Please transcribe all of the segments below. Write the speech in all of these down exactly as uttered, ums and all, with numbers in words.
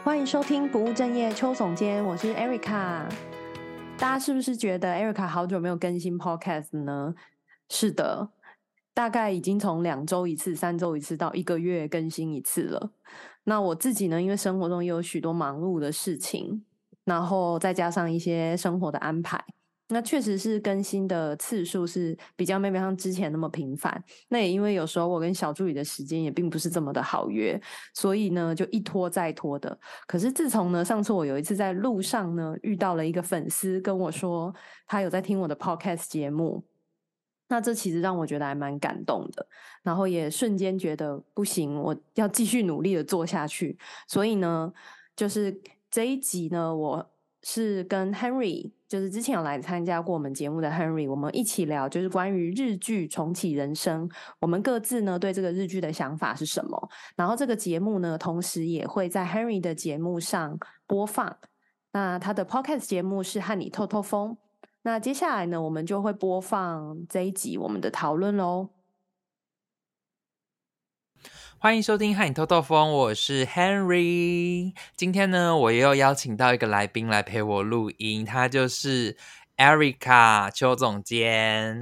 欢迎收听不务正业邱总监，我是 Erica。大家是不是觉得 Erica 好久没有更新 podcast 呢？是的，大概已经从两周一次、三周一次到一个月更新一次了。那我自己呢，因为生活中也有许多忙碌的事情，然后再加上一些生活的安排，那确实是更新的次数是比较没有像之前那么频繁。那也因为有时候我跟小助理的时间也并不是这么的好约，所以呢就一拖再拖的。可是自从呢上次我有一次在路上呢遇到了一个粉丝跟我说他有在听我的 podcast 节目，那这其实让我觉得还蛮感动的，然后也瞬间觉得不行，我要继续努力的做下去。所以呢就是这一集呢我是跟 Henry， 就是之前有来参加过我们节目的 Henry， 我们一起聊就是关于日剧重启人生，我们各自呢对这个日剧的想法是什么。然后这个节目呢同时也会在 Henry 的节目上播放，那他的 podcast 节目是和你透透风。那接下来呢我们就会播放这一集我们的讨论咯。 欢迎收听和你透透风，我是 Henry。 今天呢我又邀请到一个来宾来陪我录音，他就是 Erica 邱总监。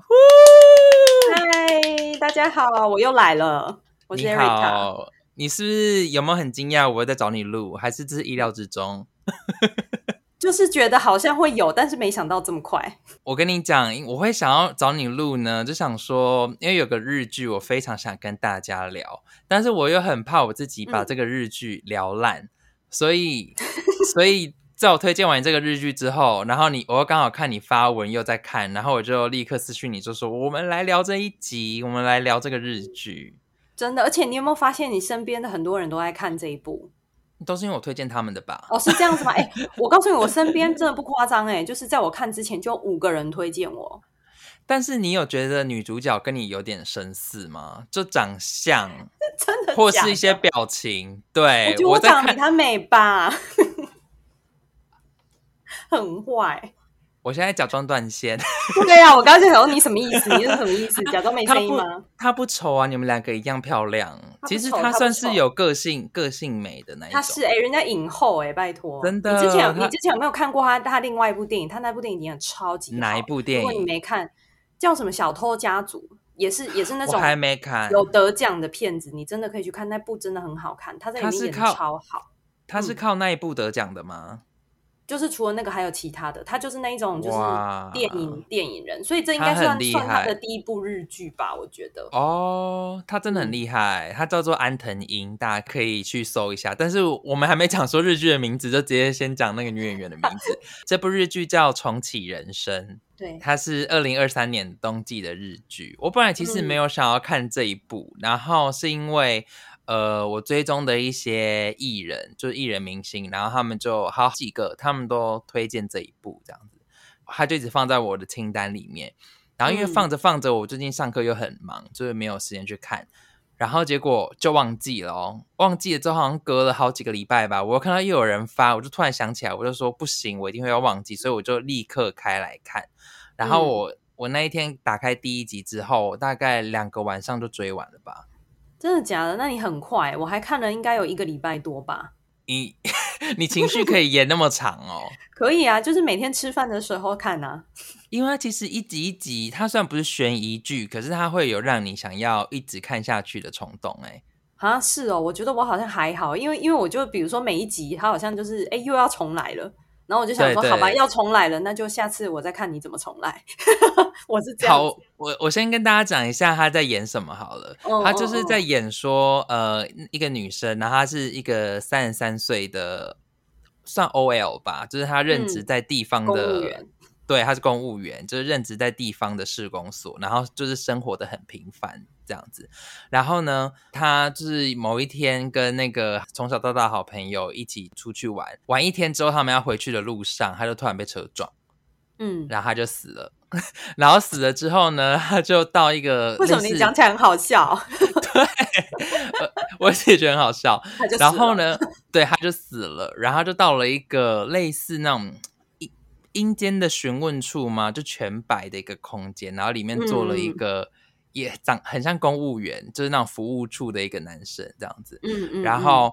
嗨，大家好，我又来了，我是 Erica。 你好，你是不是有没有很惊讶我在找你录，还是这是意料之中？ 就是觉得好像会有，但是没想到这么快。 我跟你讲，我会想要找你录呢，就想说因为有个日剧我非常想跟大家聊，但是我又很怕我自己把这个日剧聊烂、嗯、所以所以在我推荐完这个日剧之后，然后你我又刚好看你发文又在看，然后我就立刻私讯你就说我们来聊这一集，我们来聊这个日剧。 真的，而且你有没有发现你身边的很多人都在看这一部？ 都是因为我推荐他们的吧？ 哦，是这样子吗？哎、欸，我告诉你，我身边真的不夸张，哎，就是在我看之前就有五个人推荐我。 但是你有觉得女主角跟你有点神似吗？就长相， 真的假的？ 或是一些表情？对， 我觉得我长得比她美吧，很坏。 我现在假装断线。 对啊，我刚刚就想说你什么意思？你是什么意思？假装没声音吗？ 她不丑啊，你们两个一样漂亮。其实她算是有个性个性美的那一种。她是哎、欸，人家影后哎、欸，拜托， 真的。 你之前你之前有没有看过她她另外一部电影？她那部电影演超级好。 哪一部电影？ 如果你没看，叫什么《小偷家族》，也是也是那种我还没看有得奖的片子，你真的可以去看，那部真的很好看，她在里面演的超好。 她是靠那一部得奖的吗？嗯， 就是除了那个还有其他的，他就是那一种就是电影电影人，所以这应该算算他的第一部日剧吧，我觉得。 哦，他真的很厉害、嗯、他叫做安藤樱，大家可以去搜一下。但是我们还没讲说日剧的名字，就直接先讲那个女演员的名字。这部日剧叫重启人生， 对， 它是二零二三年冬季的日剧。我本来其实没有想要看这一部、嗯、然后是因为呃，我追踪的一些艺人，就是艺人明星，然后他们就好几个，他们都推荐这一部，这样子，他就一直放在我的清单里面。然后因为放着放着，我最近上课又很忙，就是没有时间去看，然后结果就忘记了哦，忘记了之后好像隔了好几个礼拜吧，我看到又有人发，我就突然想起来，我就说不行，我一定会要忘记，所以我就立刻开来看。然后我、嗯、我那一天打开第一集之后，我大概两个晚上就追完了吧。 真的假的？那你很快，我还看了应该有一个礼拜多吧。 你你情绪可以延那么长哦？ 可以啊，就是每天吃饭的时候看啊。 因为它其实一集一集，它虽然不是悬疑剧，可是它会有让你想要一直看下去的冲动。哎， 啊，是哦，我觉得我好像还好，因为因为我就比如说每一集它好像就是哎又要重来了。然后我就想说好吧，要重来了，那就下次我再看你怎么重来。我是这样子。 好，我我先跟大家讲一下他在演什么好了。哦、他就是在演说、哦、呃一个女生，然后她是一个三十三岁的算 O L 吧，就是她任职在地方的、嗯、 公务员。 对，她是公务员，就是任职在地方的市公所，然后就是生活的很平凡这样子。然后呢，她就是某一天跟那个从小到大好朋友一起出去玩，玩一天之后他们要回去的路上，她就突然被车撞，嗯，然后她就死了。然后死了之后呢，她就到一个， 为什么你讲起来很好笑？ 对、呃，我也觉得很好笑。然后呢，对，她就死了，然后就到了一个类似那种阴间的询问处嘛，就全白的一个空间，然后里面坐了一个、嗯、也长很像公务员，就是那种服务处的一个男生这样子。嗯嗯。然后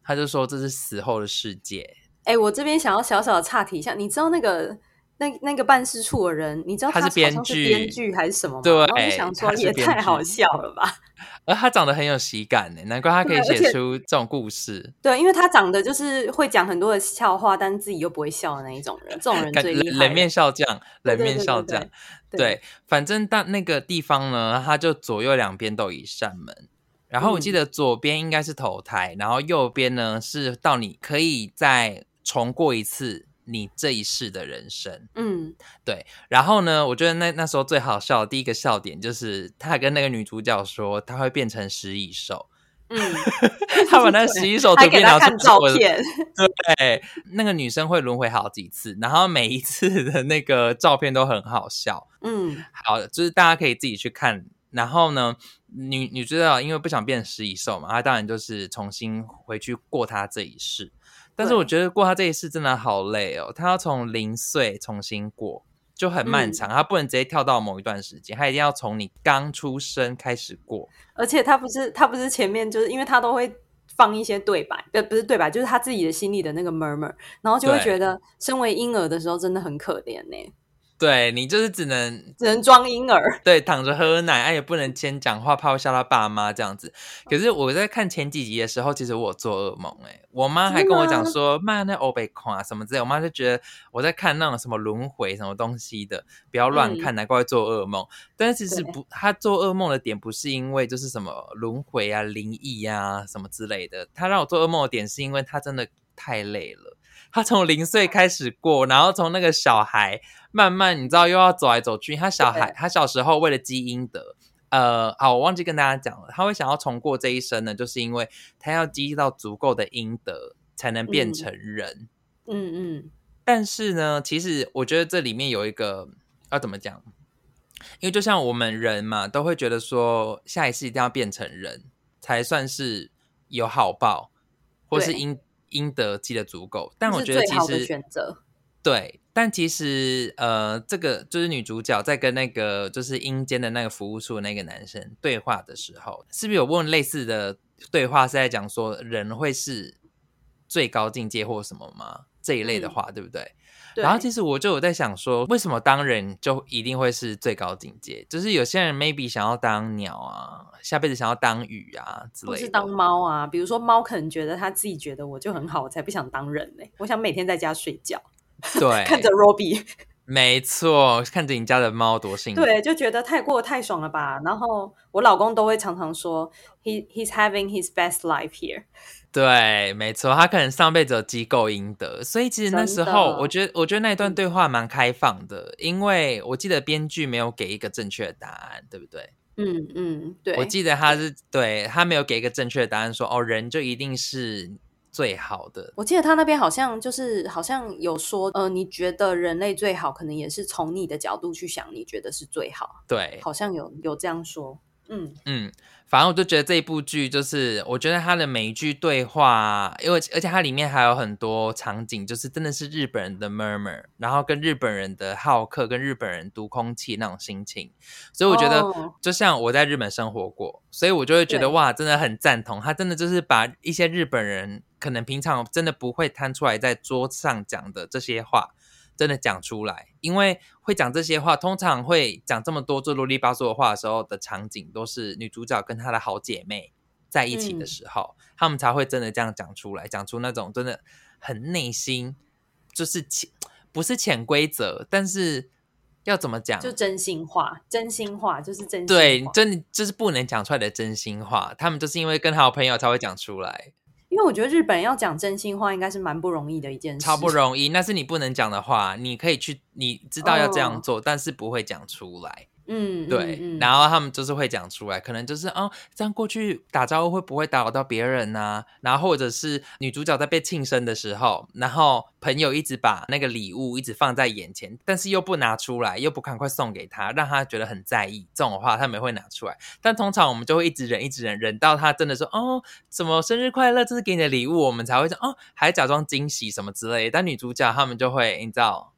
他就说这是死后的世界。 哎、欸，我这边想要小小的岔题一下，你知道那个那那个办事处的人，你知道他好像是编剧还是什么吗？ 对， 然后我就想说也太好笑了吧。 而他长得很有喜感呢，难怪他可以写出这种故事。 对，因为他长得就是会讲很多的笑话，但是自己又不会笑的那一种人，这种人最厉害。 冷面笑匠，冷面笑匠。 对, 对, 对, 对, 对, 对，反正到那个地方呢，他就左右两边都有一扇门。然后我记得左边应该是投胎，嗯、然后右边呢是到你可以再重过一次你这一世的人生。 嗯， 对。然后呢，我觉得那那时候最好笑的第一个笑点就是他跟那个女主角说他会变成食蚁兽。 嗯， 他把那个食蚁兽图片拿出来看照片。 对，那个女生会轮回好几次，然后每一次的那个照片都很好笑。 嗯， 好，就是大家可以自己去看。然后呢，女女主角因为不想变食蚁兽嘛，她当然就是重新回去过她这一世。但是我觉得过她这一世真的好累哦，她要从零岁重新过，就很漫长。她、嗯、不能直接跳到某一段时间，她一定要从你刚出生开始过。 而且她不是她不是前面就是因为她都会放一些对白，不不是对白，就是她自己的心里的那个 murmur， 然后就会觉得身为婴儿的时候真的很可怜呢。 对，你就是只能只能装婴儿， 对，躺着喝奶，哎、啊，也不能先讲话，怕会吓到爸妈这样子。可是我在看前几集的时候，其实我有做噩梦、欸，哎，我妈还跟我讲说，妈那欧北夸什么之类，我妈就觉得我在看那种什么轮回什么东西的，不要乱看，嗯、难怪会做噩梦。但是其实不，她做噩梦的点不是因为就是什么轮回啊、灵异啊什么之类的，她让我做噩梦的点是因为她真的太累了。他从零岁开始过，然后从那个小孩慢慢，你知道又要走来走去。他小孩，他小时候为了积阴德，呃，好，我忘记跟大家讲了，他会想要重过这一生呢，就是因为他要积到足够的阴德，才能变成人。 嗯嗯。 但是呢，其实我觉得这里面有一个要怎么讲？因为就像我们人嘛，都会觉得说，下一世一定要变成人，才算是有好报，或是阴。阴德积的足够，但我觉得其实是最好的选择。 对，但其实呃，这个就是女主角在跟那个就是阴间的那个服务处的那个男生对话的时候，是不是有问类似的对话，是在讲说人会是最高境界或什么吗？这一类的话，嗯、对不对？对。然后其实我就有在想说，为什么当人就一定会是最高境界？就是有些人 maybe 想要当鸟啊，下辈子想要当鱼啊之类的， 或是当猫啊。比如说猫可能觉得他自己觉得我就很好，我才不想当人呢、欸。我想每天在家睡觉， 对， 看着 Robbie。 没错，看着你家的猫多幸福， 对，就觉得太过太爽了吧。然后我老公都会常常说 ，he he's having his best life here。 对，没错，他可能上辈子有积够阴德，所以其实那时候我觉得，我觉得那一段对话蛮开放的，嗯、因为我记得编剧没有给一个正确的答案，对不对？ 嗯嗯，对， 我记得他是对他没有给一个正确的答案说，哦，人就一定是最好的。 我记得他那边好像就是好像有说，呃，你觉得人类最好，可能也是从你的角度去想，你觉得是最好。 对， 好像有有这样说。嗯嗯，反正我就觉得这一部剧就是我觉得它的每一句对话，因为而且它里面还有很多场景就是真的是日本人的 murmur， 然后跟日本人的好客跟日本人读空气那种心情，所以我觉得就像我在日本生活过，所以我就会觉得哇真的很赞同，他真的就是把一些日本人可能平常真的不会摊出来在桌上讲的这些话真的讲出来，因为会讲这些话，通常会讲这么多做啰里吧嗦的话的时候的场景，都是女主角跟她的好姐妹在一起的时候，嗯、他们才会真的这样讲出来，讲出那种真的很内心，就是潜不是潜规则，但是要怎么讲， 就真心话，真心话就是真心话， 对，真的就是不能讲出来的真心话，他们就是因为跟好朋友才会讲出来。 因为我觉得日本人要讲真心话应该是蛮不容易的一件事， 超不容易，那是你不能讲的话，你可以去，你知道要这样做，哦、但是不会讲出来。 嗯， 对， 嗯嗯然后他们就是会讲出来，可能就是哦，这样过去打招呼会不会打扰到别人啊？然后或者是女主角在被庆生的时候，然后朋友一直把那个礼物一直放在眼前，但是又不拿出来，又不赶快送给他，让他觉得很在意。这种话他们会拿出来，但通常我们就会一直忍，一直忍，忍到他真的说哦，什么生日快乐，这是给你的礼物，我们才会说哦，还假装惊喜什么之类的。但女主角他们就会，你知道。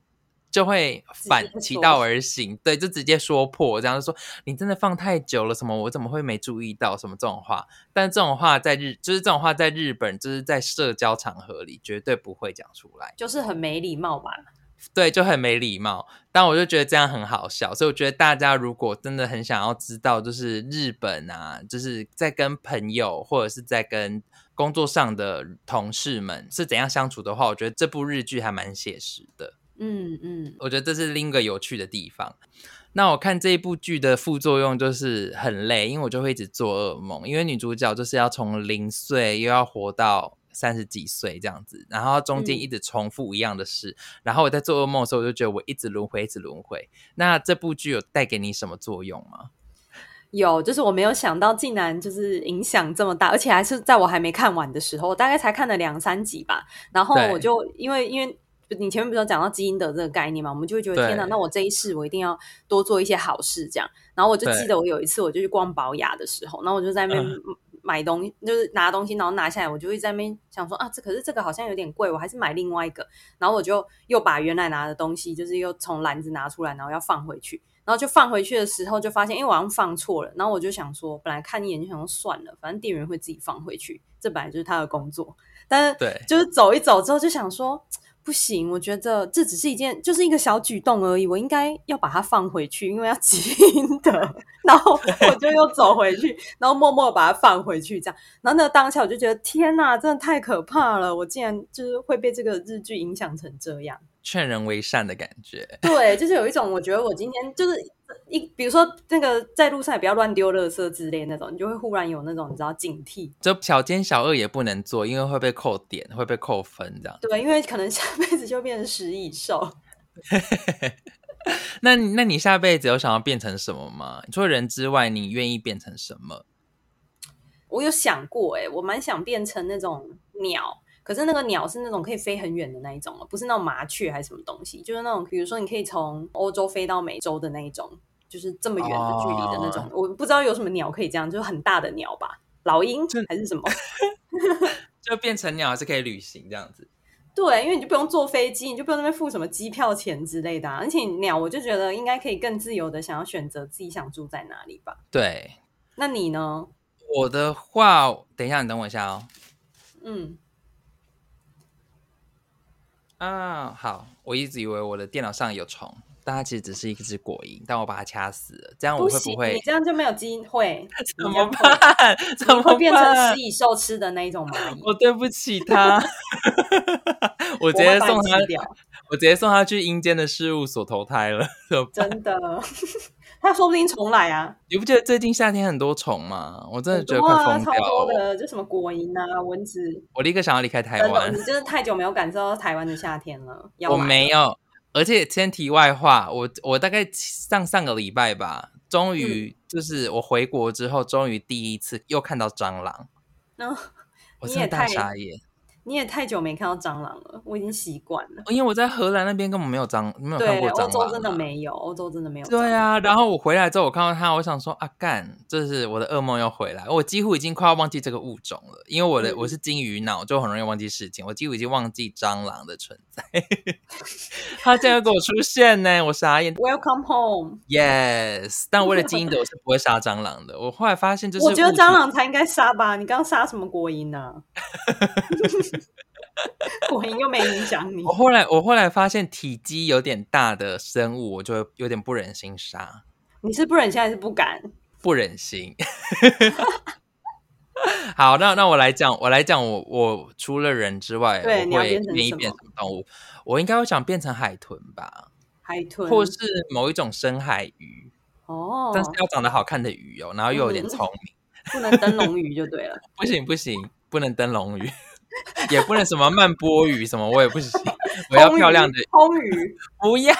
就会反其道而行，对，就直接说破，这样就说你真的放太久了，什么我怎么会没注意到，什么这种话。但这种话在日，就是这种话在日本，就是在社交场合里绝对不会讲出来， 就是很没礼貌吧。 对，就很没礼貌。但我就觉得这样很好笑，所以我觉得大家如果真的很想要知道，就是日本啊，就是在跟朋友或者是在跟工作上的同事们是怎样相处的话，我觉得这部日剧还蛮写实的。嗯嗯，我觉得这是另一个有趣的地方。那我看这一部剧的副作用就是很累，因为我就会一直做噩梦，因为女主角就是要从零岁又要活到三十几岁这样子，然后中间一直重复一样的事、嗯、然后我在做噩梦的时候我就觉得我一直轮回一直轮回。那这部剧有带给你什么作用吗？ 有，就是我没有想到竟然就是影响这么大，而且还是在我还没看完的时候，我大概才看了两三集吧，然后我就因为因为你前面不是有讲到积阴德这个概念嘛，我们就会觉得天哪，那我这一世我一定要多做一些好事这样。然后我就记得我有一次我就去逛宝雅的时候，然后我就在那边买东西、嗯、就是拿东西，然后拿下来我就会在那边想说啊，这可是这个好像有点贵，我还是买另外一个。然后我就又把原来拿的东西就是又从篮子拿出来，然后要放回去，然后就放回去的时候就发现因为我好像放错了，然后我就想说本来看一眼就想说算了，反正店员会自己放回去，这本来就是他的工作。但是就是走一走之后就想说不行，我觉得这只是一件就是一个小举动而已，我应该要把它放回去，因为要积阴德。然后我就又走回去，然后默默把它放回去这样。然后那个当下我就觉得天哪，真的太可怕了，我竟然就是会被这个日剧影响成这样， 劝人为善的感觉。 对，就是有一种我觉得我今天就是一比如说那个在路上也不要乱丢垃圾之类那种，你就会忽然有那种你知道警惕， 就小奸小恶也不能做，因为会被扣点会被扣分这样。 对，因为可能下辈子就变成食蚁兽。 那你那你下辈子有想要变成什么吗？除了人之外你愿意变成什么？ 我有想过耶、欸、我蛮想变成那种鸟，可是那个鸟是那种可以飞很远的那一种，不是那种麻雀还是什么东西，就是那种比如说你可以从欧洲飞到美洲的那一种，就是这么远的距离的那种、哦、我不知道有什么鸟可以这样，就是很大的鸟吧，老鹰还是什么就变成鸟还是可以旅行这样子。 对，因为你就不用坐飞机，你就不用那边付什么机票钱之类的、啊、而且鸟我就觉得应该可以更自由的想要选择自己想住在哪里吧。 对， 那你呢？ 我的话等一下你等我一下哦。嗯啊，好，我一直以为我的电脑上有虫，但它其实只是一只果蝇，但我把它掐死了，这样我会不会？ 不行，你这样就没有机会。 怎么办？怎么办？ 会变成食蚁兽吃的那一种蚂蚁。 我对不起他，我直接送他，我直接送他去阴间的事务所投胎了。 真的，他说不定重来啊！ 你不觉得最近夏天很多虫吗？我真的觉得快疯掉了。 超多的，就什么果蝇啊、蚊子。 我立刻想要离开台湾。 你真的太久没有感受到台湾的夏天了。 我没有，而且先题外话，我我大概上上个礼拜吧，终于、嗯、就是我回国之后，终于第一次又看到蟑螂。嗯、我真的大傻眼。 你也太久没看到蟑螂了，我已经习惯了。 因为我在荷兰那边根本没有蟑，没有看过蟑螂、啊。 欧洲真的没有，欧洲真的没有蟑螂。 对啊，然后我回来之后，我看到它，我想说啊，干，这是我的噩梦又回来。我几乎已经快要忘记这个物种了，因为我的、嗯、我是金鱼脑，就很容易忘记事情。我几乎已经忘记蟑螂的存在。它竟然给我出现呢，我傻眼。 Welcome home。 Yes， 但为了基因的，我是不会杀蟑螂的。我后来发现，就是我觉得蟑螂才应该杀吧？你刚刚杀什么果蝇呢、啊？果蝇又没影响你。 我后来我后来发现体积有点大的生物，我就有点不忍心杀。 你是不忍心还是不敢？ 不忍心。好，那那我来讲，我来讲我我除了人之外， 对， 我会愿意变成动物。我应该会想变成海豚吧， 海豚， 或是某一种深海鱼。哦，但是要长得好看的鱼哦，然后又有点聪明， 嗯、不能灯笼鱼就对了。 不行不行，不能灯笼鱼。也不能什么慢波鱼什么，我也不行。我要漂亮的红鱼， 不要。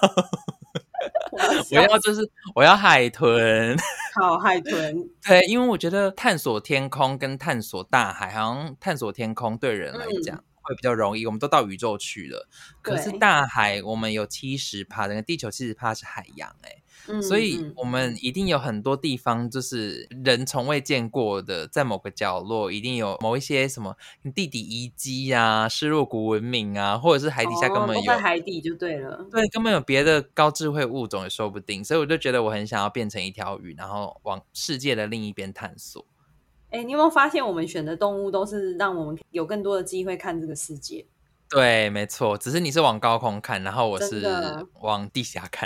我要就是我要海豚。 好，海豚。 对，因为我觉得探索天空跟探索大海，好像探索天空对人来讲、嗯、 会比较容易，我们都到宇宙去了。可是大海我们有 百分之七十， 整个地球 百分之七十 是海洋欸， 嗯， 所以我们一定有很多地方就是人从未见过的，在某个角落一定有某一些什么地底遗迹啊、失落谷文明啊，或者是海底下根本有、 哦、都在海底就对了， 对，根本有别的高智慧物种也说不定。所以我就觉得我很想要变成一条鱼，然后往世界的另一边探索。 哎，你有没有发现我们选的动物都是让我们有更多的机会看这个世界？ 对，没错，只是你是往高空看，然后我是往地下看。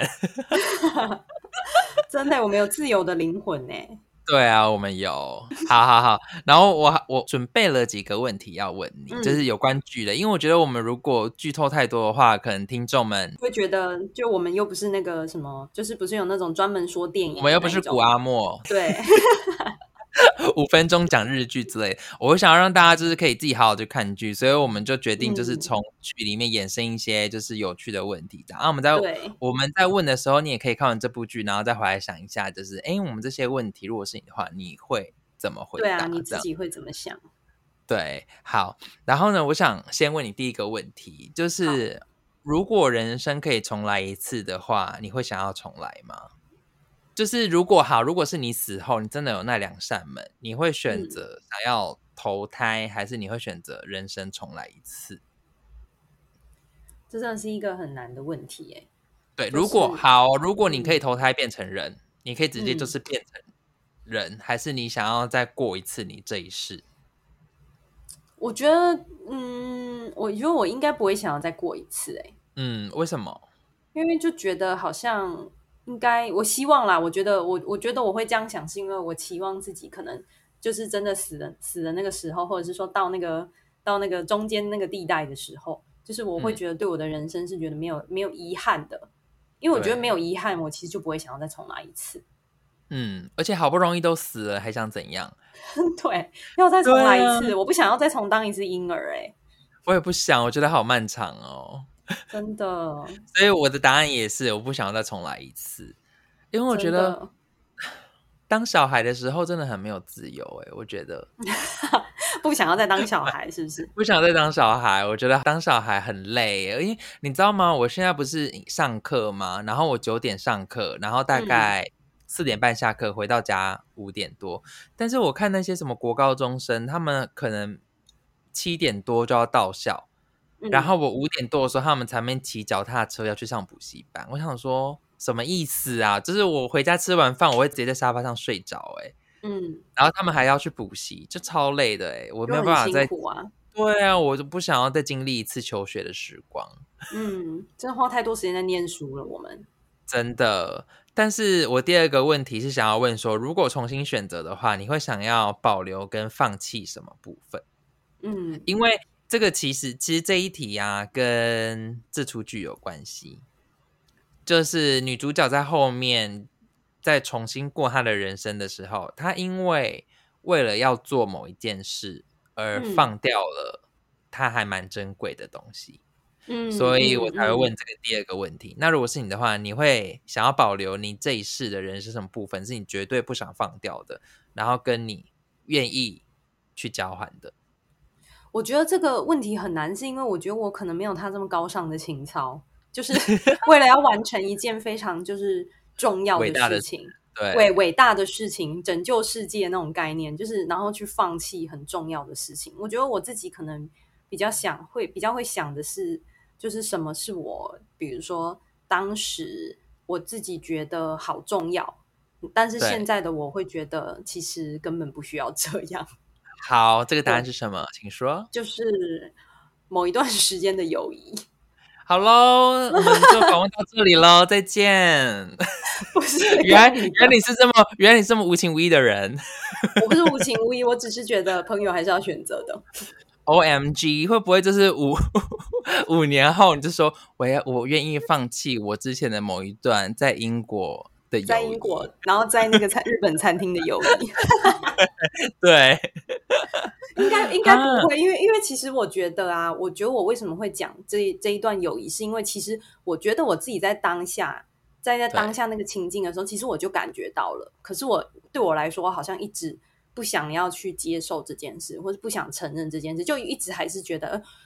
真的，我们有自由的灵魂欸。 对啊，我们有。好好好，然后我我准备了几个问题要问你，嗯、就是有关剧的，因为我觉得我们如果剧透太多的话，可能听众们会觉得，就我们又不是那个什么，就是不是有那种专门说电影， 我们又不是古阿莫， 对。 五分钟讲日剧之类的，我想要让大家就是可以自己好好去看剧，所以我们就决定就是从剧里面衍生一些就是有趣的问题。然后我们在我们在问的时候，你也可以看完这部剧，然后再回来想一下，就是哎，我们这些问题如果是你的话，你会怎么回答？ 对啊，你自己会怎么想？ 对，好。然后呢，我想先问你第一个问题，就是如果人生可以重来一次的话，你会想要重来吗？就是如果好，如果是你死后你真的有那两扇门，你会选择想要投胎、嗯、还是你会选择人生重来一次？ 这真的是一个很难的问题耶。 对、就是、如果好，如果你可以投胎变成人、嗯、你可以直接就是变成人、嗯、还是你想要再过一次你这一世？ 我觉得嗯，我觉得我应该不会想要再过一次耶。 嗯，为什么？ 因为就觉得好像应该，我希望啦，我觉得我我觉得我会这样想，是因为我期望自己可能就是真的死了死了那个时候，或者是说到那个到那个中间那个地带的时候，就是我会觉得对我的人生是觉得没有、嗯、没有遗憾的，因为我觉得没有遗憾，我其实就不会想要再重来一次。 嗯，而且好不容易都死了，还想怎样？ 对，要再重来一次、啊、我不想要再重当一次婴儿哎、欸。 我也不想，我觉得好漫长哦。 真的， 所以我的答案也是我不想要再重来一次，因为我觉得当小孩的时候真的很没有自由耶，我觉得不想要再当小孩是不是？ 不想再当小孩，我觉得当小孩很累耶，因为你知道吗，我现在不是上课吗，然后我九点上课，然后大概四点半下课，回到家五点多，但是我看那些什么国高中生，他们可能七点多就要到校，然后我五点多的时候他们才面骑脚踏车要去上补习班，我想说什么意思啊，就是我回家吃完饭我会直接在沙发上睡着耶，嗯，然后他们还要去补习，就超累的耶，我没有办法再辛苦啊， 对啊，我就不想要再经历一次求学的时光， 嗯，真的花太多时间在念书了我们真的。但是我第二个问题是想要问说，如果重新选择的话，你会想要保留跟放弃什么部分？嗯，因为这个其实其实这一题啊跟这出剧有关系，就是女主角在后面在重新过她的人生的时候，她因为为了要做某一件事而放掉了她还蛮珍贵的东西，嗯，所以我才会问这个第二个问题，嗯嗯，那如果是你的话，你会想要保留你这一世的人生什么部分是你绝对不想放掉的，然后跟你愿意去交换的？ 我觉得这个问题很难，是因为我觉得我可能没有他这么高尚的情操，就是为了要完成一件非常就是重要的事情， 对， 伟伟大的事情，拯救世界那种概念，就是然后去放弃很重要的事情。我觉得我自己可能比较想会比较会想的是，就是什么是我，比如说当时我自己觉得好重要，但是现在的我会觉得其实根本不需要这样。 好，这个答案是什么？请说。 就是某一段时间的友谊。 好咯，我们就访问到这里咯，再见。 不是， 原来原来你是这么原来你是这么无情无义的人。 我不是无情无义，我只是觉得朋友还是要选择的。 O M G， 会不会就是五五年后你就说我要我愿意放弃我之前的某一段在英国的友谊， 在英国，然后在那个日本餐厅的友谊。 对， 应该应该不会，啊、因为因为其实我觉得啊，我觉得我为什么会讲这这一段友谊，是因为其实我觉得我自己在当下，在在当下那个情境的时候，其实我就感觉到了。可是我对我来说，我好像一直不想要去接受这件事，或是不想承认这件事，就一直还是觉得，呃、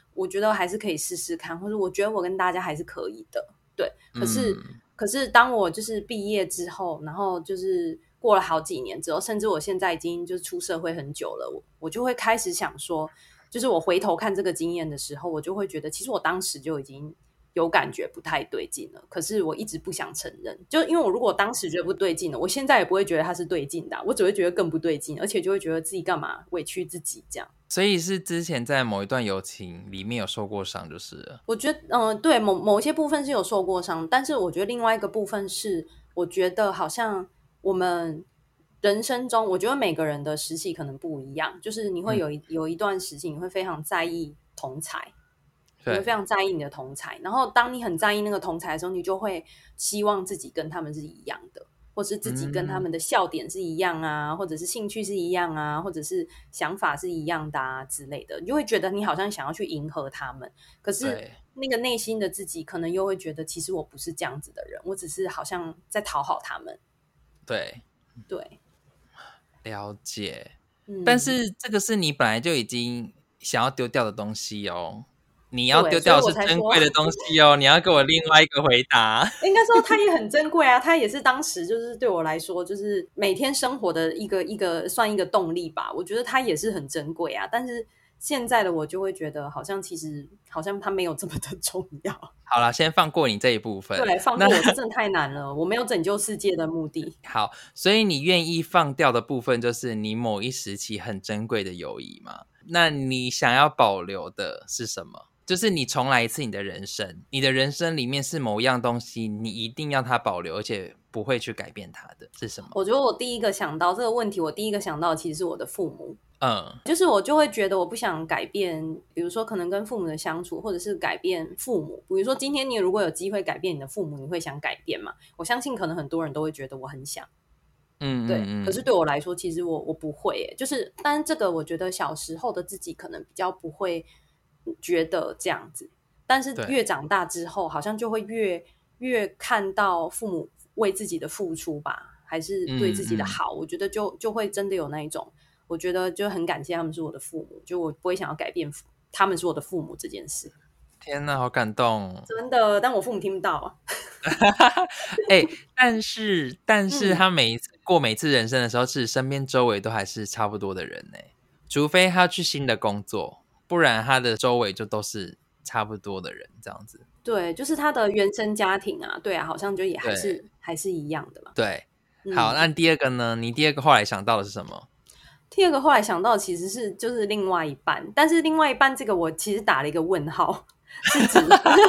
我觉得还是可以试试看，或者我觉得我跟大家还是可以的，对。可是、嗯、可是当我就是毕业之后，然后就是过了好几年之后，甚至我现在已经就是出社会很久了，我我就会开始想说，就是我回头看这个经验的时候，我就会觉得其实我当时就已经有感觉不太对劲了，可是我一直不想承认，就因为我如果当时觉得不对劲了，我现在也不会觉得它是对劲的、啊、我只会觉得更不对劲，而且就会觉得自己干嘛委屈自己这样。 所以是之前在某一段友情里面有受过伤就是了。 我觉得嗯、呃，对，某某些部分是有受过伤，但是我觉得另外一个部分是我觉得好像我们人生中，我觉得每个人的时期可能不一样，就是你会有一、嗯、有一段时期你会非常在意同侪，你会非常在意你的同侪，然后当你很在意那个同侪的时候，你就会希望自己跟他们是一样的，或是自己跟他们的笑点是一样啊、嗯、或者是兴趣是一样啊，或者是想法是一样的啊之类的，你就会觉得你好像想要去迎合他们，可是那个内心的自己可能又会觉得其实我不是这样子的人，我只是好像在讨好他们。 对对， 了解、嗯、但是这个是你本来就已经想要丢掉的东西哦，你要丢掉的是珍贵的东西哦，你要给我另外一个回答。 应该说它也很珍贵啊，它也是当时就是对我来说就是每天生活的一个一个算一个动力吧，我觉得它也是很珍贵啊，但是现在的我就会觉得好像其实好像它没有这么的重要。 好啦，先放过你这一部分。 对，放过我这真的太难了，我没有拯救世界的目的。 好，所以你愿意放掉的部分就是你某一时期很珍贵的友谊吗？那你想要保留的是什么？就是你重来一次你的人生，你的人生里面是某一样东西你一定要它保留而且不会去改变它的是什么？ 我觉得我第一个想到这个问题，我第一个想到的其实是我的父母。 嗯， 就是我就会觉得我不想改变，比如说可能跟父母的相处，或者是改变父母，比如说今天你如果有机会改变你的父母，你会想改变吗？我相信可能很多人都会觉得我很想， 嗯， 对， 嗯嗯， 可是对我来说其实我我不会耶，就是当然这个我觉得小时候的自己可能比较不会觉得这样子，但是越长大之后好像就会越越看到父母为自己的付出吧，还是对自己的好，嗯嗯，我觉得就就会真的有那一种我觉得就很感谢他们是我的父母，就我不会想要改变他们是我的父母这件事。 天哪，好感动， 真的，但我父母听不到啊。 欸、但是但是他每一次、嗯、过每次人生的时候，是身边周围都还是差不多的人呢、欸，除非他去新的工作，不然他的周围就都是差不多的人这样子。 对，就是他的原生家庭啊，对啊，好像就也还是还是一样的嘛。 对，好、嗯，那第二个呢？你第二个后来想到的是什么？ 第二个后来想到其实是就是另外一半，但是另外一半这个我其实打了一个问号，是指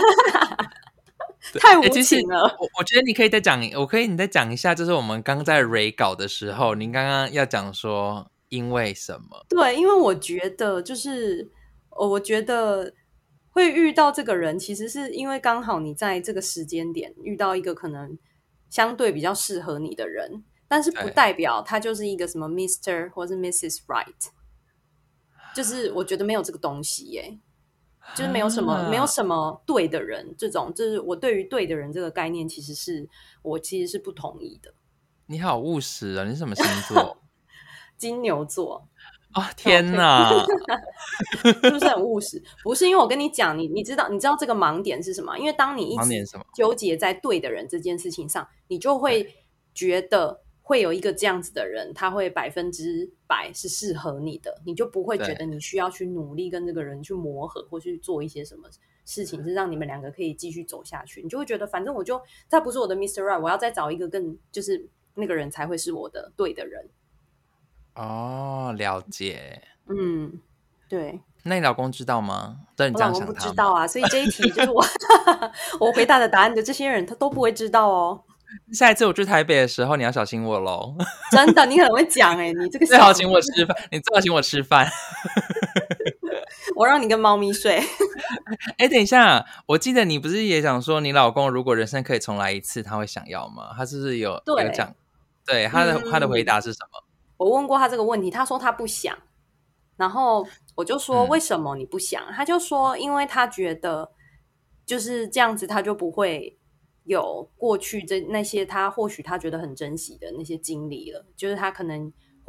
太无情了。 欸、我, 我觉得你可以再讲，我可以你再讲一下，就是我们刚在 re 稿的时候，您刚刚要讲说因为什么？ 对，因为我觉得就是我觉得会遇到这个人，其实是因为刚好你在这个时间点遇到一个可能相对比较适合你的人。但是不代表他就是一个什么 Mister 或是 Missus Right， 就是我觉得没有这个东西耶，就是没有什么、啊、没有什么对的人，这种就是我对于对的人这个概念，其实是我其实是不同意的。 你好务实啊，你是什么星座？ 金牛座。 哦天哪， 是不是很务实？不是，因为我跟你讲，你你知道你知道这个盲点是什么？因为当你一直纠结在对的人这件事情上，你就会觉得会有一个这样子的人，他会百分之百是适合你的，你就不会觉得你需要去努力跟这个人去磨合，或去做一些什么事情是让你们两个可以继续走下去。你就会觉得，反正我就他不是我的 Mister Right， 我要再找一个更就是那个人才会是我的对的人。 哦，了解。 嗯，对。 那你老公知道吗？对你这样想他吗？ 我老公不知道啊，所以这一题就是我我回答的答案的这些人他都不会知道哦。 下一次我去台北的时候，你要小心我咯。 真的，你可能会讲哎、欸，你这个最好请我吃饭，你最好请我吃饭。 我让你跟猫咪睡。 哎、欸，等一下，我记得你不是也讲说，你老公如果人生可以重来一次，他会想要吗？他是不是有有讲？对，他的、嗯、他的回答是什么？ 我问过他这个问题，他说他不想。然后我就说为什么你不想、嗯、他就说因为他觉得就是这样子他就不会有过去这那些他或许他觉得很珍惜的那些经历了，就是他可能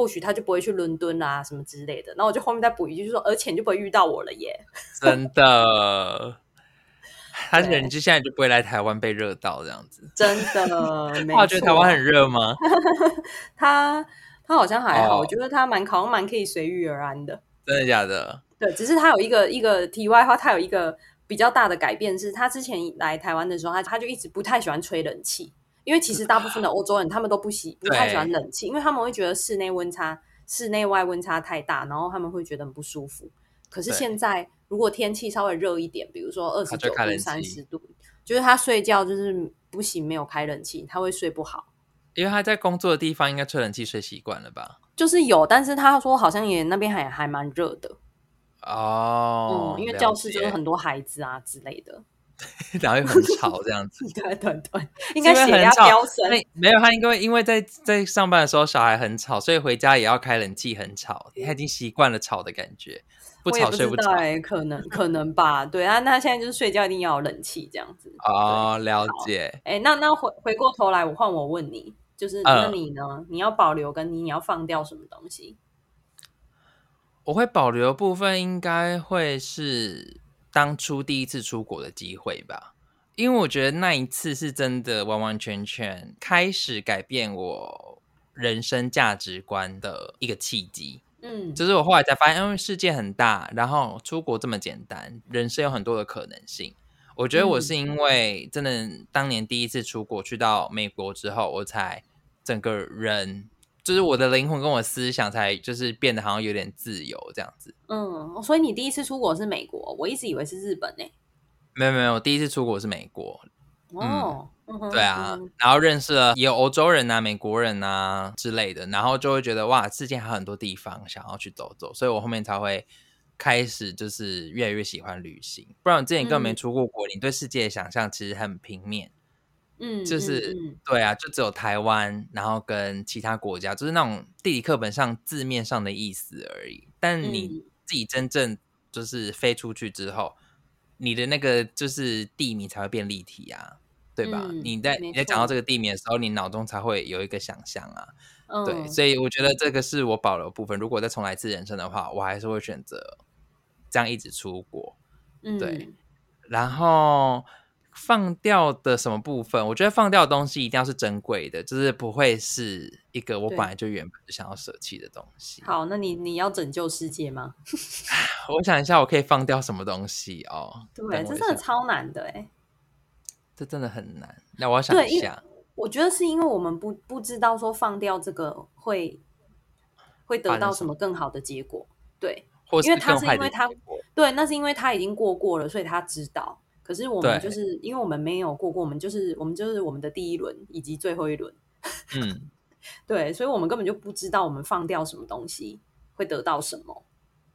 或许他就不会去伦敦啊什么之类的。然后我就后面再补一句就说，而且你就不会遇到我了耶。 真的，他人就现在就不会来台湾被热到这样子。 真的，没错。 我觉得台湾很热吗？ 他他好像还好， 哦我觉得他蛮好像蛮可以随遇而安的。 真的假的？ 对，只是他有一个一个题外话，他有一个比较大的改变是，他之前来台湾的时候，他他就一直不太喜欢吹冷气，因为其实大部分的欧洲人他们都不喜不太喜欢冷气，因为他们会觉得室内温差、室内外温差太大，然后他们会觉得很不舒服。可是现在如果天气稍微热一点，比如说二十九度、三十度，就是他睡觉就是不行，没有开冷气，他会睡不好。 因为他在工作的地方应该吹冷气睡习惯了吧？ 就是有，但是他说好像也那边还还蛮热的哦、 嗯，因为教室就是很多孩子啊之类的， 然后又很吵这样子。 对对对，应该血压飙升。 没有，他因为因为在在上班的时候小孩很吵，所以回家也要开冷气，很吵，他已经习惯了吵的感觉，不吵睡不着。 我也不知道欸，可能可能吧。对啊，那现在就是睡觉一定要有冷气这样子。 哦，了解。 哎，那那回回过头来，我换我问你，就是那你呢？嗯、你要保留跟你你要放掉什么东西？ 我会保留的部分应该会是当初第一次出国的机会吧，因为我觉得那一次是真的完完全全开始改变我人生价值观的一个契机。嗯，就是我后来才发现，因为世界很大，然后出国这么简单，人生有很多的可能性。我觉得我是因为真的当年第一次出国去到美国之后，我才整个人就是我的灵魂跟我思想才就是变得好像有点自由这样子。 嗯，所以你第一次出国是美国，我一直以为是日本呢、欸。 没有没有，第一次出国是美国。 哦，嗯嗯、 对啊、嗯，然后认识了也有欧洲人啊、美国人啊之类的，然后就会觉得哇，世界还有很多地方想要去走走，所以我后面才会开始就是越来越喜欢旅行。不然我之前根本没出过国、嗯、你对世界的想象其实很平面。嗯，就是、嗯嗯、对啊，就只有台湾，然后跟其他国家，就是那种地理课本上字面上的意思而已。但你自己真正就是飞出去之后，你的那个就是地名才会变立体啊，对吧？嗯、你在你在讲到这个地名的时候，你脑中才会有一个想象啊。嗯、对，所以我觉得这个是我保留的部分。如果再重来一次人生的话，我还是会选择这样一直出国。嗯、对，然后。放掉的什么部分？我觉得放掉的东西一定要是珍贵的，就是不会是一个我本来就原本就想要舍弃的东西。 好，那你你要拯救世界吗？ 我想一下，我可以放掉什么东西哦？ 对，这真的超难的哎， 这真的很难。那我要想一下， 我觉得是因为我们不不知道说放掉这个会会得到什么更好的结果，对， 或是因为他是因为他对，那是因为他已经过过了，所以他知道。可是我们就是因为我们没有过过，我们就是我们就是我们的第一轮以及最后一轮，嗯，对，所以我们根本就不知道我们放掉什么东西会得到什么。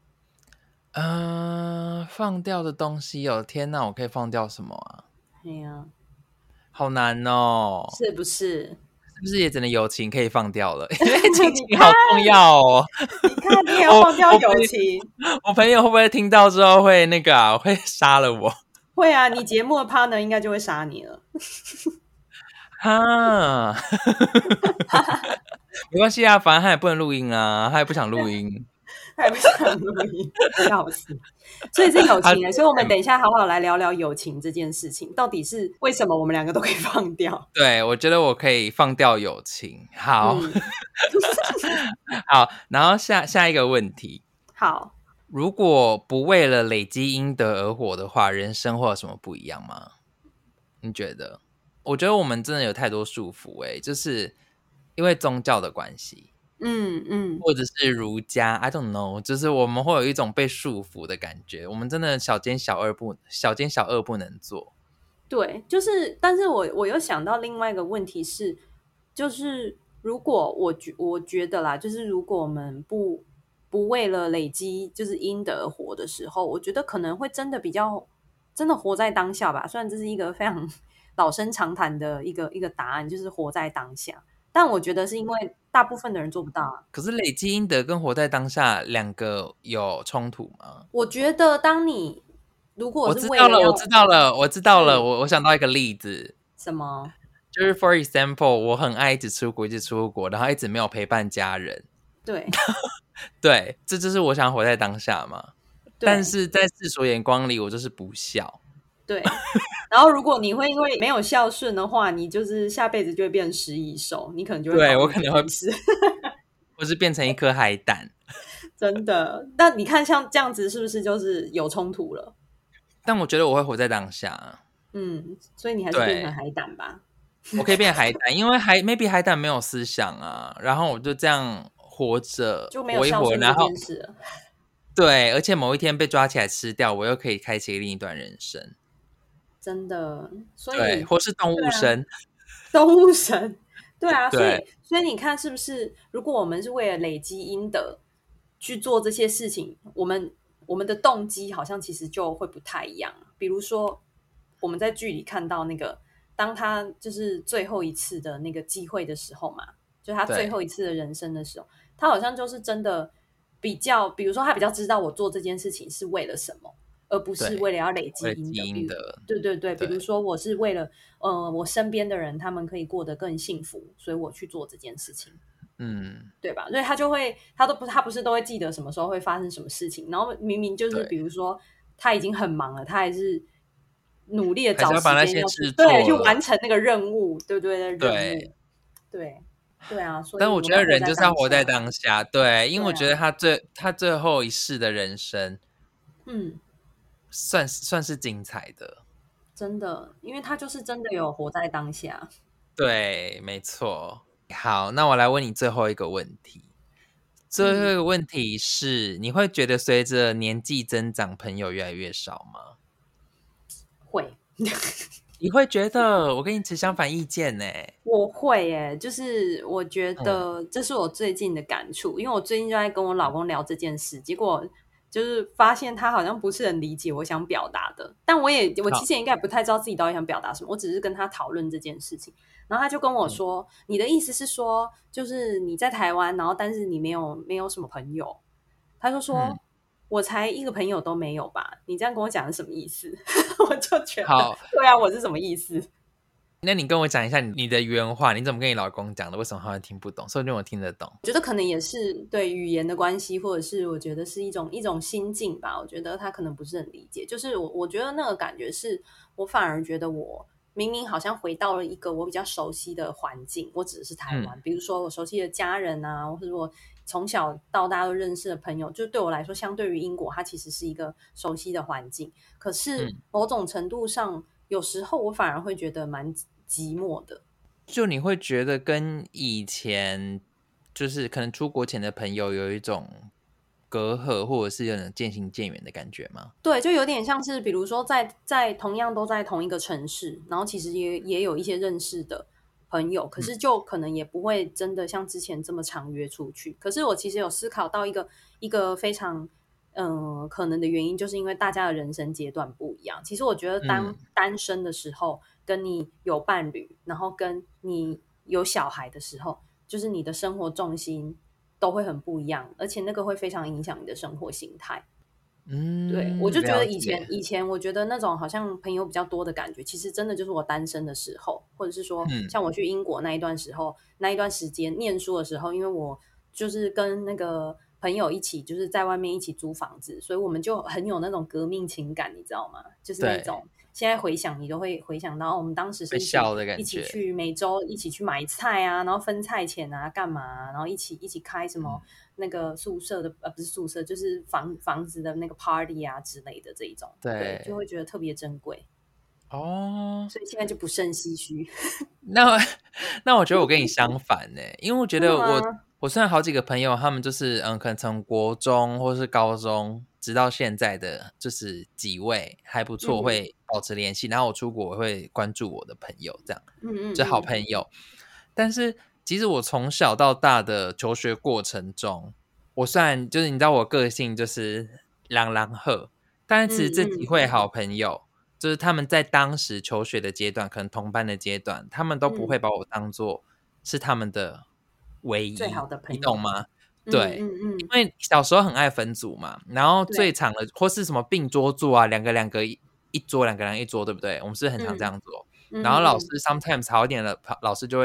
嗯、呃，放掉的东西哦，天哪，我可以放掉什么啊？ 哎呀， 好难哦， 是不是？ 是不是也只能友情可以放掉了？因为亲情好重要哦。 你看，你也要放掉友情我，我朋友会不会听到之后会那个啊，会杀了我？ 会啊，你节目的 partner 应该就会杀你了。 哈，没关系啊，反正他也不能录音啊，他也不想录音， 他也不想录音，笑死。所以是友情哎，所以我们等一下好好来聊聊友情这件事情，到底是为什么我们两个都可以放掉？ 对，我觉得我可以放掉友情。好，嗯、好，然后下下一个问题， 好。 如果不为了累积阴德而活的话，人生会有什么不一样吗？你觉得？我觉得我们真的有太多束缚、欸，就是因为宗教的关系，嗯嗯，或者是儒家 ，I don't know， 就是我们会有一种被束缚的感觉，我们真的小奸小恶不小奸小恶不能做。 对，就是，但是我我又想到另外一个问题是，就是如果我觉我觉得啦，就是如果我们不。不为了累积就是阴德而活的时候，我觉得可能会真的比较真的活在当下吧。虽然这是一个非常老生常谈的一个一个答案，就是活在当下。但我觉得是因为大部分的人做不到啊。 可是累积阴德跟活在当下两个有冲突吗？ 我觉得当你如果是为了我知道了，我知道了，我知道了，我我想到一个例子。 什么？ 就是 for example， 我很爱一直出国，一直出国，然后一直没有陪伴家人。 对对，这就是我想活在当下嘛。但是在世俗眼光里，我就是不孝。 对，然后如果你会因为没有孝顺的话，你就是下辈子就会变成食蚁兽，你可能就会对我可能会或是变成一颗海胆。 真的，那你看像这样子是不是就是有冲突了？ 但我觉得我会活在当下。 嗯，所以你还是变成海胆吧。 我可以变海胆，因为海 maybe 海胆没有思想啊，然后我就这样活着， 就没有孝顺这件事了。 对，而且某一天被抓起来吃掉，我又可以开启另一段人生。 真的，所以对，或是动物神、 啊、动物神，对啊， 对所以所以你看是不是？如果我们是为了累积阴德去做这些事情，我们我们的动机好像其实就会不太一样。比如说我们在剧里看到那个，当他就是最后一次的那个机会的时候嘛，就他最后一次的人生的时候，他好像就是真的比较，比如说他比较知道我做这件事情是为了什么，而不是为了要累积阴德。对对对，比如说我是为了呃我身边的人他们可以过得更幸福，所以我去做这件事情。 嗯， 对吧？所以他就会，他都不，他不是都会记得什么时候会发生什么事情，然后明明就是比如说他已经很忙了，他还是努力的找时间要去对去完成那个任务，对不对？任务，对对对啊。所以但我觉得人就是要活在当下，对，因为我觉得他最、啊、他最后一世的人生，嗯，算算是精彩的， 真的，因为他就是真的有活在当下。 对，没错。好，那我来问你最后一个问题。最后一个问题是、嗯、你会觉得随着年纪增长朋友越来越少吗？ 会。 你会觉得？我跟你持相反意见呢。 我会耶，就是我觉得这是我最近的感触、嗯、因为我最近就在跟我老公聊这件事，结果就是发现他好像不是很理解我想表达的，但我也我其实也应该不太知道自己到底想表达什么，我只是跟他讨论这件事情，然后他就跟我说、嗯、你的意思是说就是你在台湾，然后但是你没有没有什么朋友，他就说、嗯、我才一个朋友都没有吧，你这样跟我讲是什么意思？我就觉得好对啊，我是什么意思？ 那你跟我讲一下你的原话，你怎么跟你老公讲的？为什么他会听不懂？说不定我听得懂。 我觉得可能也是对语言的关系，或者是我觉得是一种一种心境吧。我觉得他可能不是很理解，就是我我觉得那个感觉是我反而觉得我明明好像回到了一个我比较熟悉的环境，我指的是台湾、嗯、比如说我熟悉的家人啊，或者我从小到大都认识的朋友，就对我来说相对于英国它其实是一个熟悉的环境，可是某种程度上、嗯、有时候我反而会觉得蛮寂寞的。 就你会觉得跟以前就是可能出国前的朋友有一种隔阂，或者是有点渐行渐远的感觉吗？ 对，就有点像是比如说在在同样都在同一个城市，然后其实也也有一些认识的朋友，可是就可能也不会真的像之前这么常约出去、嗯、可是我其实有思考到一个一个非常嗯、呃、可能的原因，就是因为大家的人生阶段不一样。其实我觉得当单身的时候、嗯、跟你有伴侣，然后跟你有小孩的时候，就是你的生活重心都会很不一样，而且那个会非常影响你的生活形态。嗯，对，我就觉得以前以前我觉得那种好像朋友比较多的感觉，其实真的就是我单身的时候，或者是说像我去英国那一段时候、嗯、那一段时间念书的时候，因为我就是跟那个朋友一起就是在外面一起租房子，所以我们就很有那种革命情感，你知道吗？就是那种现在回想你都会回想到我们当时是一起一起去每周一起去买菜啊，然后分菜钱啊干嘛、啊、然后一起一起开什么、嗯、那个宿舍的呃不是宿舍就是房房子的那个 party 啊之类的这一种， 对, 对就会觉得特别珍贵哦，所以现在就不胜唏嘘。 那那我觉得我跟你相反呢，因为我觉得我我虽然好几个朋友他们就是嗯可能从国中或是高中直到现在的就是几位还不错、嗯、会保持联系，然后我出国我会关注我的朋友这样，嗯嗯嗯，就好朋友。但是其实我从小到大的求学过程中，我虽然就是你知道我个性就是狼狼赫，但是其实这几位好朋友、嗯嗯、就是他们在当时求学的阶段，可能同班的阶段，他们都不会把我当作是他们的唯一最好的朋友， 你懂吗？对、嗯嗯嗯、因为小时候很爱分组嘛，然后最常的或是什么并桌坐啊，两个两个一桌，两个人一桌，对不对？我们是很常这样做、嗯、然后老师 sometimes 好一点的老师就会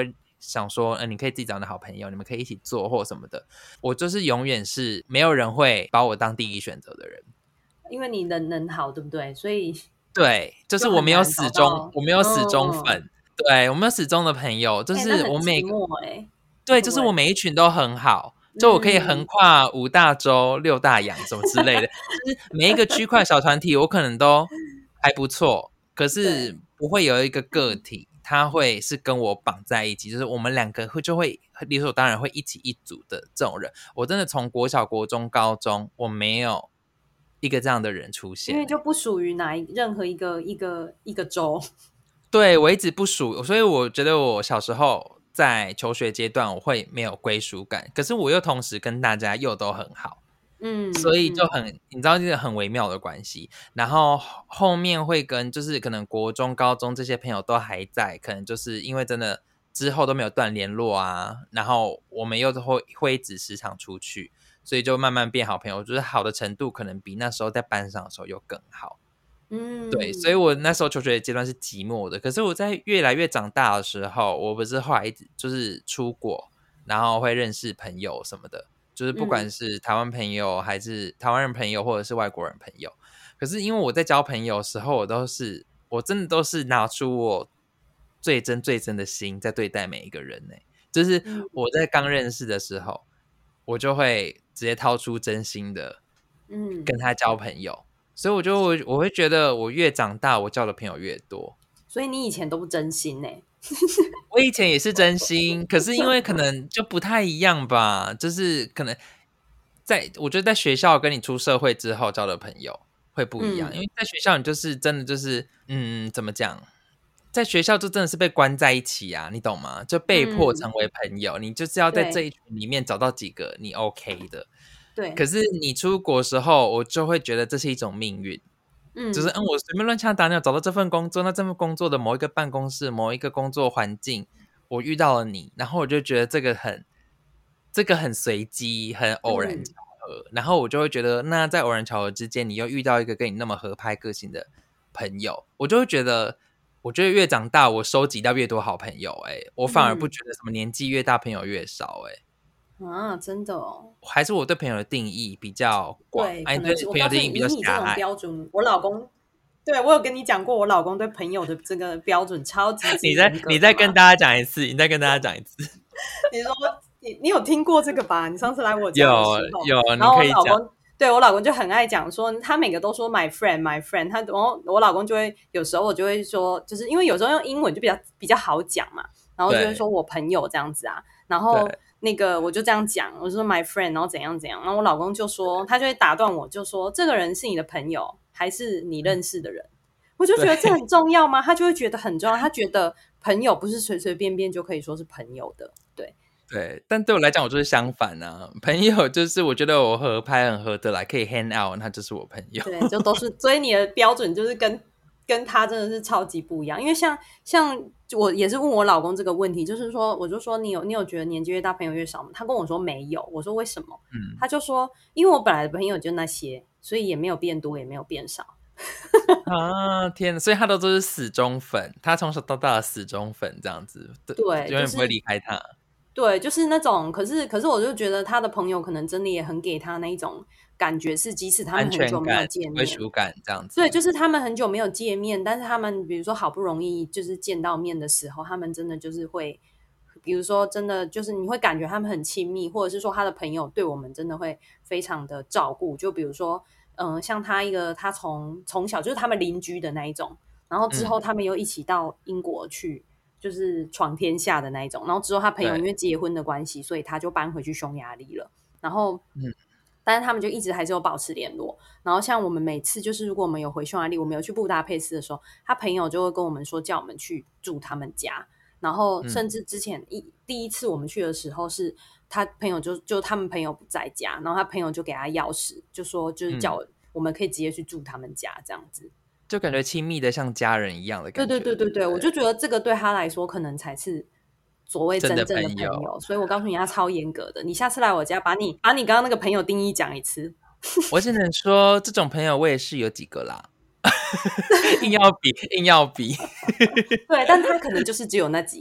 想说，呃，你可以自己找你的好朋友，你们可以一起做或什么的。我就是永远是没有人会把我当第一选择的人， 因为你人能好，对不对？所以对，就是我没有死忠，我没有死忠粉， 嗯、 对我没有死忠的朋友，就是我每个、 欸欸、 对，就是我每一群都很好。就我可以横跨五大洲、六大洋什么之类的，就是每一个区块小团体，我可能都还不错，可是不会有一个个体，他会是跟我绑在一起，就是我们两个会就会理所当然会一起一组的这种人。我真的从国小、国中、高中，我没有一个这样的人出现， 因为就不属于哪一任何一个一个一个州。 对，我一直不属，所以我觉得我小时候在求学阶段我会没有归属感，可是我又同时跟大家又都很好，嗯，所以就很、嗯、你知道这个很微妙的关系。然后后面会跟就是可能国中高中这些朋友都还在，可能就是因为真的之后都没有断联络啊，然后我们又会会一直时常出去，所以就慢慢变好朋友，就是好的程度可能比那时候在班上的时候又更好。嗯，对，所以我那时候求学的阶段是寂寞的，可是我在越来越长大的时候，我不是后来一直就是出国，然后会认识朋友什么的，就是不管是台湾朋友还是台湾人朋友或者是外国人朋友，可是因为我在交朋友的时候，我都是我真的都是拿出我最真最真的心在对待每一个人呢、欸，就是我在刚认识的时候，我就会直接掏出真心的跟他交朋友，所以我就我我会觉得我越长大我交的朋友越多。 所以你以前都不真心欸？ 我以前也是真心，可是因为可能就不太一样吧，就是可能在我觉得在学校跟你出社会之后交的朋友会不一样、嗯、因为在学校你就是真的就是嗯怎么讲，在学校就真的是被关在一起啊，你懂吗？就被迫成为朋友、嗯、你就是要在这一群里面找到几个你 OK 的。对，可是你出国的时候我就会觉得这是一种命运，嗯，就是嗯，我随便乱枪打鸟找到这份工作，那这份工作的某一个办公室某一个工作环境我遇到了你，然后我就觉得这个很这个很随机很偶然巧合、嗯、然后我就会觉得那在偶然巧合之间你又遇到一个跟你那么合拍个性的朋友，我就会觉得我觉得越长大我收集到越多好朋友、欸、我反而不觉得什么年纪越大朋友越少、欸啊，真的哦， 还是我对朋友的定义比较广， 对， 哎，对朋友的定义比较狭隘。 以你这种标准，我老公，对我有跟你讲过，我老公对朋友的这个标准超级你再你再跟大家讲一次，你再跟大家讲一次。 你说你你有听过这个吧？你上次来我家的时候， 有有， 然后我老公对我老公就很爱讲说，他每个都说 my friend my friend， 他然后我老公就会有时候我就会说，就是因为有时候用英文就比较比较好讲嘛，然后就会说我朋友这样子啊，然后。那个我就这样讲，我就说 my friend， 然后怎样怎样，然后我老公就说，他就会打断我，就说这个人是你的朋友还是你认识的人？我就觉得这很重要吗？他就会觉得很重要，他觉得朋友不是随随便便就可以说是朋友的，对对。但对我来讲，我就是相反啊，朋友就是我觉得我合拍很合得来，可以 hang out， 那就是我朋友。 对，就都是，所以你的标准就是跟。跟他真的是超级不一样，因为像像我也是问我老公这个问题，就是说我就说你有你有觉得年纪越大朋友越少吗？他跟我说没有，我说为什么？嗯，他就说因为我本来的朋友就那些，所以也没有变多也没有变少。 啊天哪，所以他都都是死忠粉，他从小到大的死忠粉这样子， 对， 永远不会离开他。 对，就是那种，可是可是我就觉得他的朋友可能真的也很给他那一种感觉，是即使他们很久没有见面， 归属感这样子。 对，就是他们很久没有见面，但是他们比如说好不容易就是见到面的时候，他们真的就是会，比如说真的就是你会感觉他们很亲密，或者是说他的朋友对我们真的会非常的照顾。就比如说，嗯、呃，像他一个他从从小就是他们邻居的那一种，然后之后他们又一起到英国去。嗯就是闯天下的那一种，然后之后他朋友因为结婚的关系，所以他就搬回去匈牙利了。然后，嗯，但是他们就一直还是有保持联络。然后像我们每次就是如果我们有回匈牙利，我们有去布达佩斯的时候，他朋友就会跟我们说，叫我们去住他们家。然后甚至之前一、嗯、第一次我们去的时候是，他朋友就就他们朋友不在家，然后他朋友就给他钥匙，就说就是叫我、嗯、我们可以直接去住他们家这样子。 就感觉亲密的像家人一样的感觉。 对对对对 对, 对，我就觉得这个对他来说可能才是所谓真正的朋友。朋友所以我告诉你，他超严格的。你下次来我家，把你把你刚刚那个朋友定义讲一次。 我只能说，这种朋友我也是有几个啦。硬要比，硬要比。 对，但他可能就是只有那几个。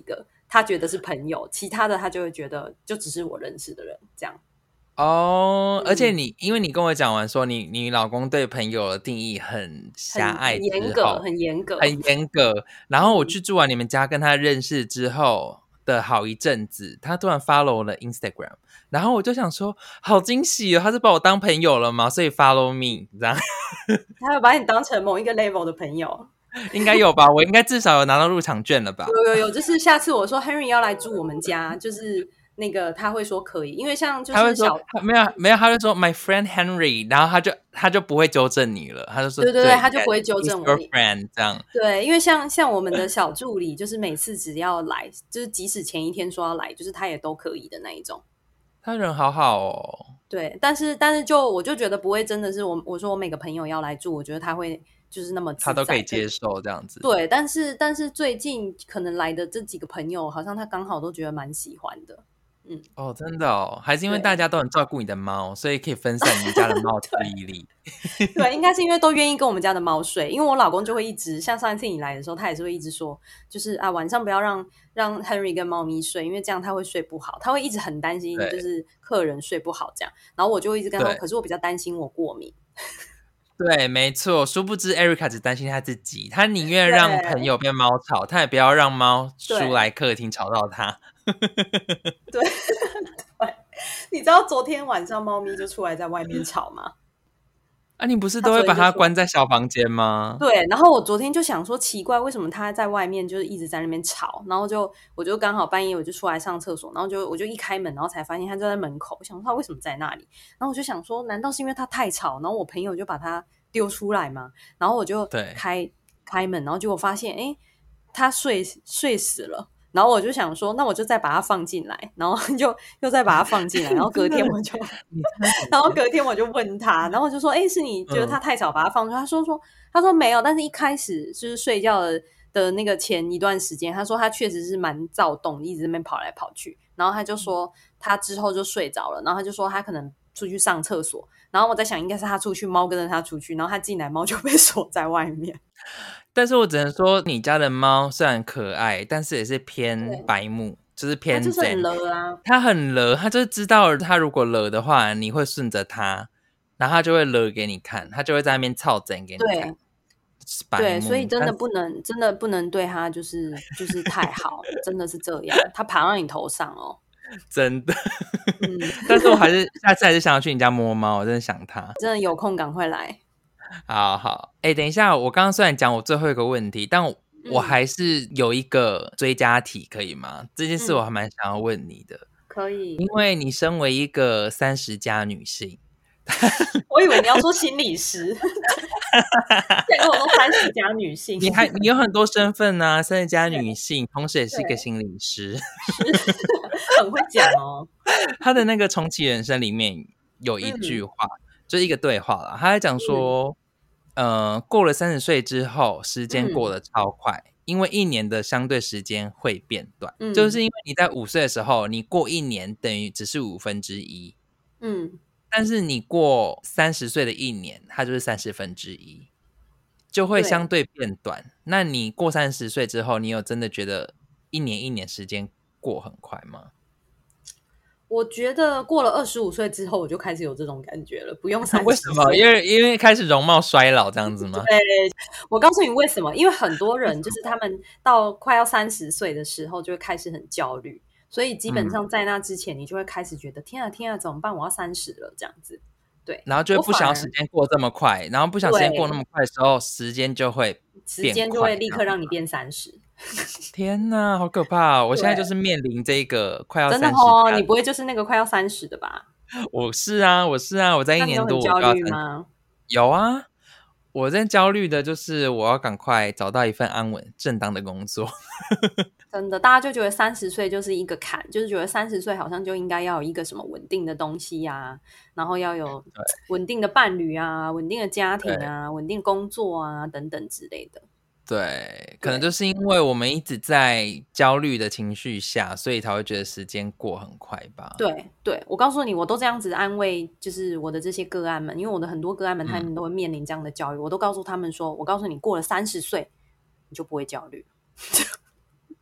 他觉得是朋友，其他的他就会觉得就只是我认识的人这样。 哦， 嗯而且你因为你跟我讲完说你你老公对朋友的定义很狭隘很之后， 严格，很严格， 很严格。然后我去住完你们家跟他认识之后的好一阵子，他突然 follow 了 Instagram， 然后我就想说好惊喜哦，他是把我当朋友了吗？所以 follow me 这样。 他会把你当成某一个 level 的朋友。 应该有吧，我应该至少有拿到入场券了吧。 有有有，就是下次我说 Henry 要来住我们家，就是那个他会说可以，因为像就是他会说小没有没有，他会说 my friend Henry， 然后他就他就不会纠正你了，他就说对对对，他就不会纠正我。 He's your friend 这样。 对，因为像像我们的小助理，就是每次只要来，就是即使前一天说要来，就是他也都可以的那一种。 他人好好哦。 对，但是但是就我就觉得不会真的是我我说我每个朋友要来住，我觉得他会就是那么自在， 他都可以接受这样子。 对，但是但是最近可能来的这几个朋友，好像他刚好都觉得蛮喜欢的。嗯， 哦，真的哦，还是因为大家都很照顾你的猫，所以可以分散你们家的猫注意力。 对，应该是因为都愿意跟我们家的猫睡，因为我老公就会一直像上一次你来的时候，他也是会一直说，就是啊晚上不要让让 Henry 跟猫咪睡，因为这样他会睡不好，他会一直很担心就是客人睡不好这样，然后我就会一直跟他说，可是我比较担心我过敏。 对，没错，殊不知 Erica 只担心他自己，他宁愿让朋友被猫吵，他也不要让猫出来客厅吵到他。 对对，你知道昨天晚上猫咪就出来在外面吵吗？ 啊，你不是都会把它关在小房间吗？ 对，然后我昨天就想说奇怪，为什么它在外面就是一直在那边吵，然后就我就刚好半夜我就出来上厕所，然后就我就一开门，然后才发现它就在门口，我想说它为什么在那里，然后我就想说难道是因为它太吵，然后我朋友就把它丢出来吗？然后我就开开门，然后结果发现诶它睡睡死了。然后我就想说，那我就再把它放进来，然后就又再把它放进来，然后隔天我就，然后隔天我就问他，然后我就说，哎，是你觉得他太吵把它放出来？他说说，他说没有，但是一开始就是睡觉的的那个前一段时间，他说他确实是蛮躁动，一直在那边跑来跑去，然后他就说他之后就睡着了，然后他就说他可能出去上厕所，然后我在想应该是他出去，猫跟着他出去，然后他进来，猫就被锁在外面。 但是我只能说，你家的猫虽然可爱，但是也是偏白目，就是偏它就是很勒啊， 它很勒，它就是知道它如果勒的话，你会顺着它，然后它就会勒给你看，它就会在那边操整给你看。 对，对，所以真的不能，真的不能对它就是就是太好，真的是这样，它爬到你头上哦。 真的，嗯，但是我还是下次还是想要去你家摸猫，我真的想它， 真的有空赶快来。 好好，哎、欸，等一下，我刚刚虽然讲我最后一个问题，但我、嗯、我还是有一个追加题，可以吗？这件事我还蛮想要问你的。 可以， 因为你身为一个三十加女性， 我以为你要说心理师，现在跟我说三十加女性， 你还你有很多身份啊，三十加女性，同时也是一个心理师， 很会讲哦。 他的那个重启人生里面有一句话。嗯，就是一个对话啦，他在讲说、嗯、呃，过了三十岁之后时间过得超快、嗯、因为一年的相对时间会变短、嗯、就是因为你在五岁的时候你过一年等于只是五分之一，嗯，但是你过三十岁的一年它就是三十分之一，就会相对变短。那你过三十岁之后你有真的觉得一年一年时间过很快吗？ 我觉得过了二十五岁之后，我就开始有这种感觉了，不用三十岁。 为什么？因为因为开始容貌衰老这样子吗？ 对，我告诉你为什么？因为很多人就是他们到快要三十岁的时候，就会开始很焦虑，所以基本上在那之前，你就会开始觉得、嗯、天啊天啊，怎么办？我要三十了，这样子。对， 然后就会不想要时间过这么快，然后不想时间过那么快的时候，时间就会变快， 时间就会立刻让你变三十。 天哪，好可怕、哦！我现在就是面临这个快要三十， 真的哦，你不会就是那个快要三十的吧？ 我是啊，我是啊，我在一年多， 我就要焦虑吗？ 有啊，我在焦虑的就是我要赶快找到一份安稳正当的工作。 真的，大家就觉得三十岁就是一个坎，就是觉得三十岁好像就应该要有一个什么稳定的东西啊，然后要有稳定的伴侣啊，稳定的家庭啊，稳定工作啊等等之类的。 对，可能就是因为我们一直在焦虑的情绪下，所以才会觉得时间过很快吧。 对对，我告诉你，我都这样子安慰就是我的这些个案们，因为我的很多个案们他们都会面临这样的焦虑、嗯、我都告诉他们说，我告诉你过了三十岁你就不会焦虑。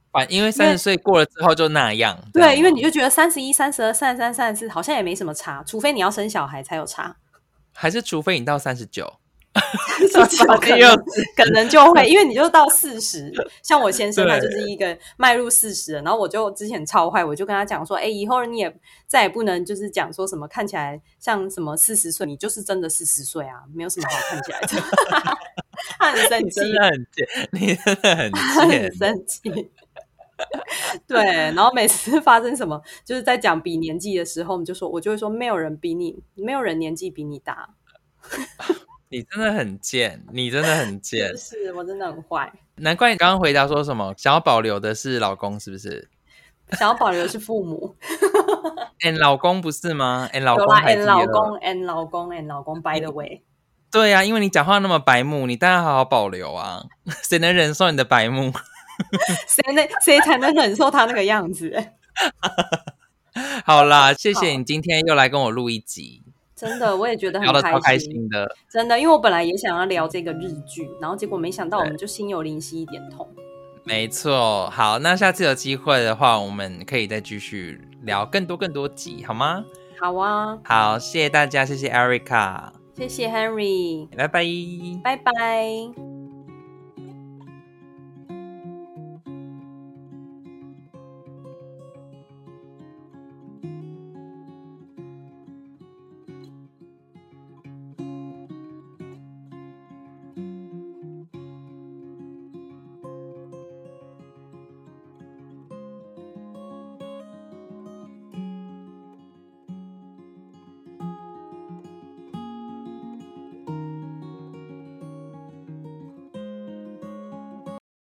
反因为三十岁过了之后就那样。 对，因为你就觉得三十一、三十二、三十三、三十四好像也没什么差，除非你要生小孩才有差。 还是除非你到三十九。 可能可能就会，因为你就到四十，像我先生他就是一个迈入四十了，然后我就之前超坏，我就跟他讲说，哎、欸，以后你也再也不能就是讲说什么看起来像什么四十岁，你就是真的四十岁啊，没有什么好看起来的。他很生气， 你真的很贱，你真的很贱， 很生气。对，然后每次发生什么，就是在讲比年纪的时候，我们就说，我就会说，没有人比你，没有人年纪比你大。 你真的很贱，你真的很贱， 是我真的很坏。 难怪你刚刚回答说什么想要保留的是老公，是不是？ 想要保留的是父母。 and 老公不是吗？ and 老公还有啦 and 老公 and 老公 and 老公 by the way。 对啊，因为你讲话那么白目，你当然好好保留啊。谁能忍受你的白目？ 谁能谁才能忍受他那个样子？ 好啦，谢谢你今天又来跟我录一集。 真的，我也觉得很聊得超开心， 心的。 真的，因为我本来也想要聊这个日剧，然后结果没想到我们就心有灵犀一点通。 没错，好，那下次有机会的话，我们可以再继续聊更多更多集，好吗？ 好啊， 好，谢谢大家，谢谢 Erica， 谢谢 Henry， 拜拜， 拜拜。